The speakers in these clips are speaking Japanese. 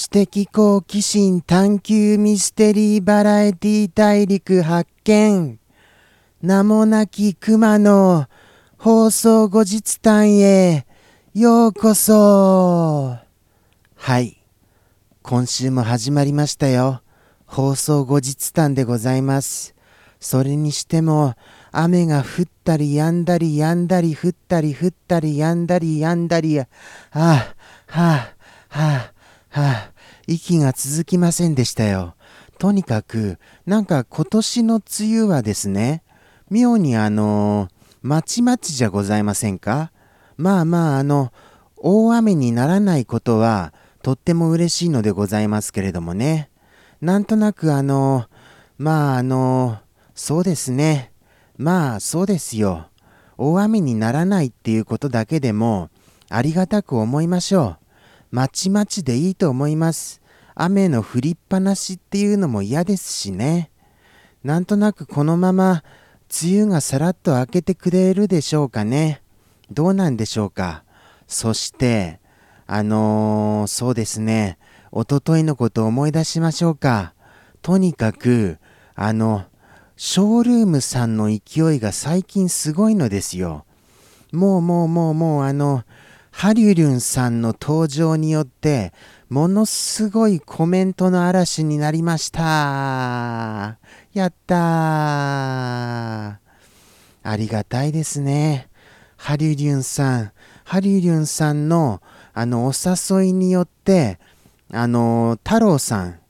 知的好奇心探求ミステリーバラエティ大陸発見。名もなき熊の放送後日談へようこそ。はい、今週も始まりましたよ。放送後日談でございます。それにしても雨が降ったり止んだり止んだり降ったり降ったり止んだり止んだり、息が続きませんでしたよ。とにかくなんか今年の梅雨はですね、妙にまちまちじゃございませんか。大雨にならないことはとっても嬉しいのでございますけれどもね。なんとなくそうですね。そうですよ。大雨にならないっていうことだけでもありがたく思いましょう。まちまちでいいと思います。雨の降りっぱなしっていうのも嫌ですしね。なんとなくこのまま梅雨がさらっと明けてくれるでしょうかね。どうなんでしょうか。そしてそうですね、一昨日のことを思い出しましょうか。とにかくショールームさんの勢いが最近すごいのですよ。もうハリュリュンさんの登場によってものすごいコメントの嵐になりました。やったー。ありがたいですね。ハリュリュンさんのお誘いによって太郎さん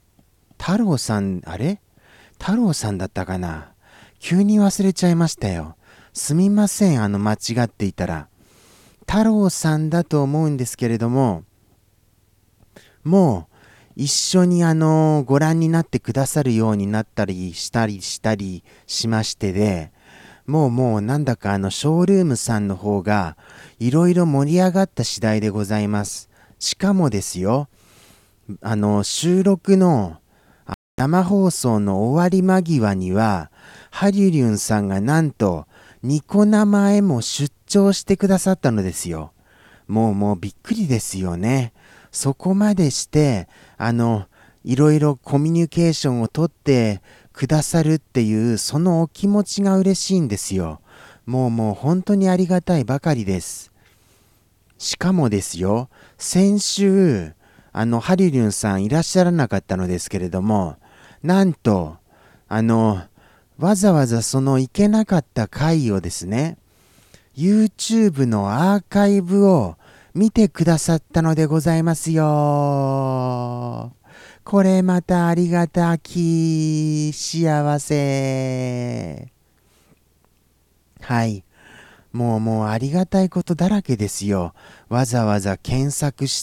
だったかな。急に忘れちゃいましたよ。すみません、間違っていたら。太郎さんだと思うんですけれども、もう一緒にご覧になってくださるようになったりしたりしましてで、もうなんだかショールームさんの方がいろいろ盛り上がった次第でございます。しかもですよ、収録の生放送の終わり間際にはハリュリュンさんがなんとニコ生へも出張してくださったのですよ。もうびっくりですよね。そこまでしていろいろコミュニケーションをとってくださるっていうそのお気持ちが嬉しいんですよ。もう本当にありがたいばかりです。しかもですよ、先週ハリュリュンさんいらっしゃらなかったのですけれども、なんとわざわざその行けなかった回をですね、YouTube のアーカイブを見てくださったのでございますよ。これまたありがたき幸せ。はい、もうありがたいことだらけですよ。わざわざ検索して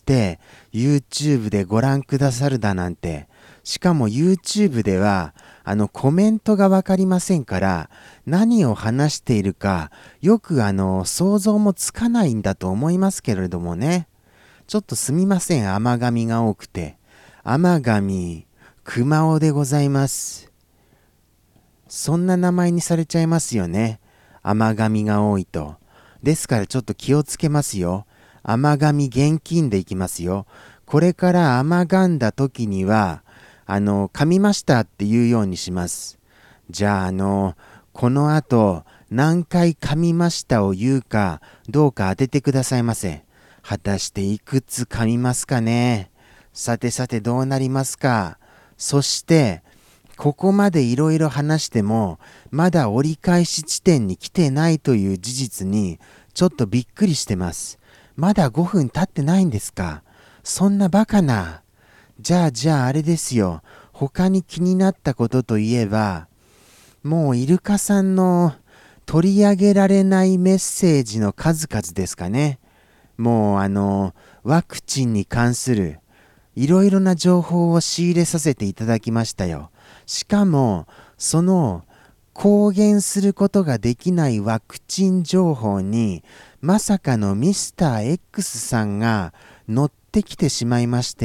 YouTube でご覧くださるだなんて。しかも YouTube ではコメントがわかりませんから、何を話しているかよく想像もつかないんだと思いますけれどもね。ちょっとすみません、甘噛みが多くて。甘噛み熊尾でございます。そんな名前にされちゃいますよね、甘噛みが多いと。ですからちょっと気をつけますよ。甘噛み現金でいきますよ。これから甘噛んだ時には噛みましたって言うようにします。じゃあこの後何回噛みましたを言うかどうか当ててくださいませ。果たしていくつ噛みますかね。さてどうなりますか。そしてここまでいろいろ話してもまだ折り返し地点に来てないという事実にちょっとびっくりしてます。まだ5分経ってないんですか。そんなバカな。じゃああれですよ。他に気になったことといえば、もうイルカさんの取り上げられないメッセージの数々ですかね。もうワクチンに関するいろいろな情報を仕入れさせていただきましたよ。しかもその公言することができないワクチン情報にまさかのミスター X さんが乗ってきてしまいまして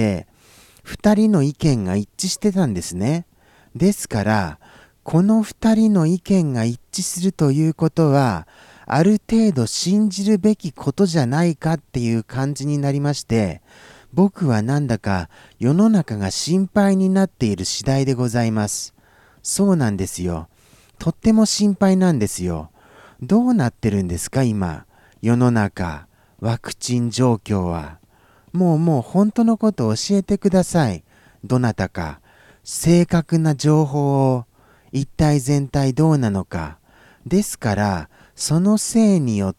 、2人の意見が一致してたんですね。ですからこの2人の意見が一致するということはある程度信じるべきことじゃないかっていう感じになりまして、 僕はなんだか世の中が心配になっている次第でございます。そうなんですよ。とっても心配なんですよ。どうなってるんですか今、世の中、ワクチン状況は。もう本当のことを教えてください。どなたか。正確な情報を、一体全体どうなのか。ですから、そのせいによって、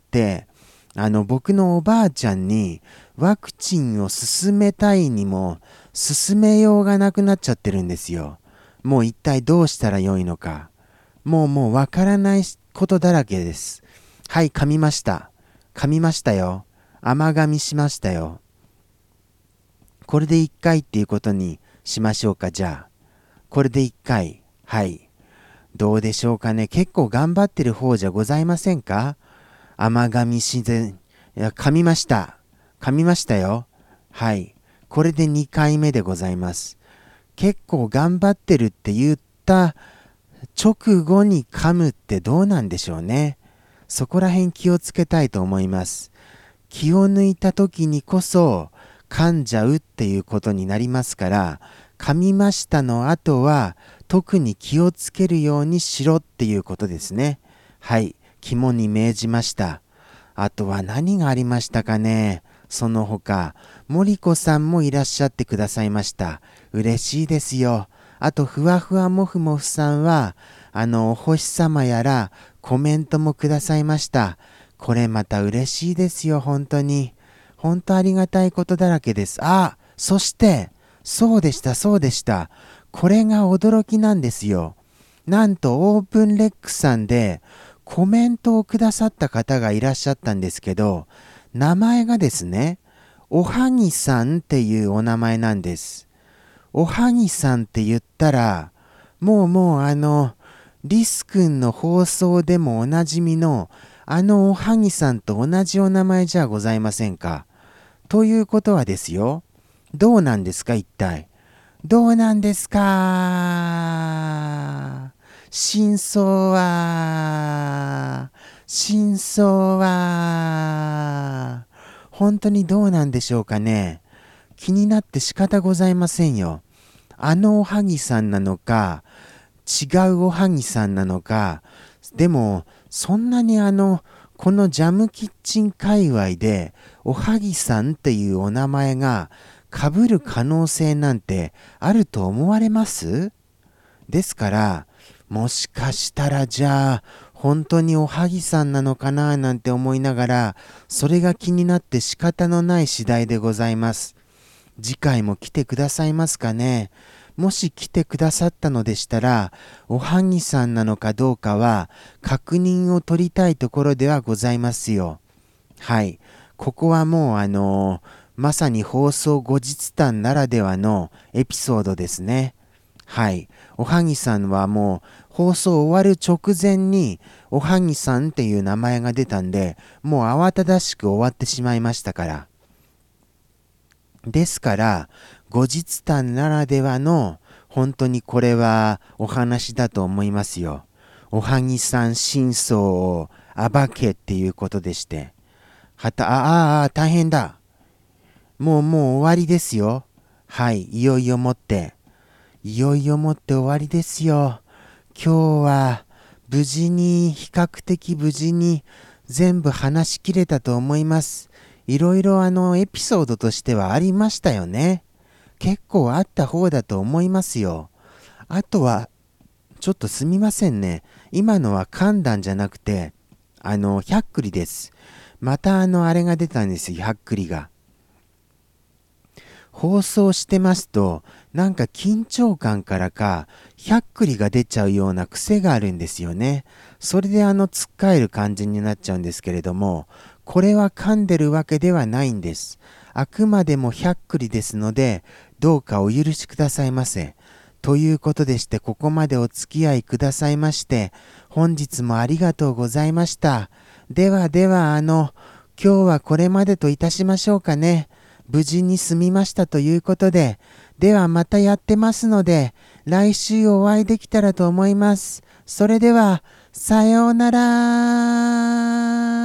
僕のおばあちゃんにワクチンを進めたいにも進めようがなくなっちゃってるんですよ。もう一体どうしたらよいのか。もうわからないことだらけです。はい、噛みました。噛みましたよ。甘噛みしましたよ。これで一回っていうことにしましょうか、じゃあ。これで一回。はい。どうでしょうかね。結構頑張ってる方じゃございませんか？甘噛み自然。いや、噛みました。噛みましたよ。はい。これで2回目でございます。結構頑張ってるって言った直後に噛むってどうなんでしょうね。そこら辺気をつけたいと思います。気を抜いた時にこそ噛んじゃうっていうことになりますから、噛みましたの後は特に気をつけるようにしろっていうことですね。はい、肝に銘じました。あとは何がありましたかね。その他、森子さんもいらっしゃってくださいました。嬉しいですよ。あと、ふわふわもふもふさんは、お星様やらコメントもくださいました。これまた嬉しいですよ、本当に。本当ありがたいことだらけです。あ、そして、そうでした、そうでした。これが驚きなんですよ。なんとオープンレックさんでコメントをくださった方がいらっしゃったんですけど、名前がですね、おはぎさんっていうお名前なんです。おはぎさんって言ったら、もうリス君の放送でもおなじみのおはぎさんと同じお名前じゃございませんか。ということはですよ、どうなんですか一体。どうなんですか。真相は、本当にどうなんでしょうかね。気になって仕方ございませんよ。おはぎさんなのか、違うおはぎさんなのか、でも、そんなにこのジャムキッチン界隈で、おはぎさんっていうお名前が被る可能性なんてあると思われます？ですから、もしかしたらじゃあ、本当におはぎさんなのかななんて思いながら、それが気になって仕方のない次第でございます。次回も来てくださいますかね。もし来てくださったのでしたら、おはぎさんなのかどうかは確認を取りたいところではございますよ。はい。ここはもうまさに放送後日談ならではのエピソードですね。はい。おはぎさんはもう放送終わる直前におはぎさんっていう名前が出たんで、もう慌ただしく終わってしまいましたから。ですから、後日談ならではの本当にこれはお話だと思いますよ。おはぎさん真相を暴けっていうことでして。大変だ。もう終わりですよ。はい、いよいよもって。いよいよもって終わりですよ。今日は比較的無事に全部話し切れたと思います。いろいろエピソードとしてはありましたよね。結構あった方だと思いますよ。あとは、ちょっとすみませんね。今のは噛んだんじゃなくて、ひゃっくりです。またあれが出たんですよ、ひゃっくりが。放送してますと、なんか緊張感からか、ひゃっくりが出ちゃうような癖があるんですよね。それでつっかえる感じになっちゃうんですけれども、これは噛んでるわけではないんです。あくまでもひゃっくりですので、どうかお許しくださいませ。ということでして、ここまでお付き合いくださいまして、本日もありがとうございました。では、今日はこれまでといたしましょうかね。無事に済みましたということで、ではまたやってますので、来週お会いできたらと思います。それでは、さようなら。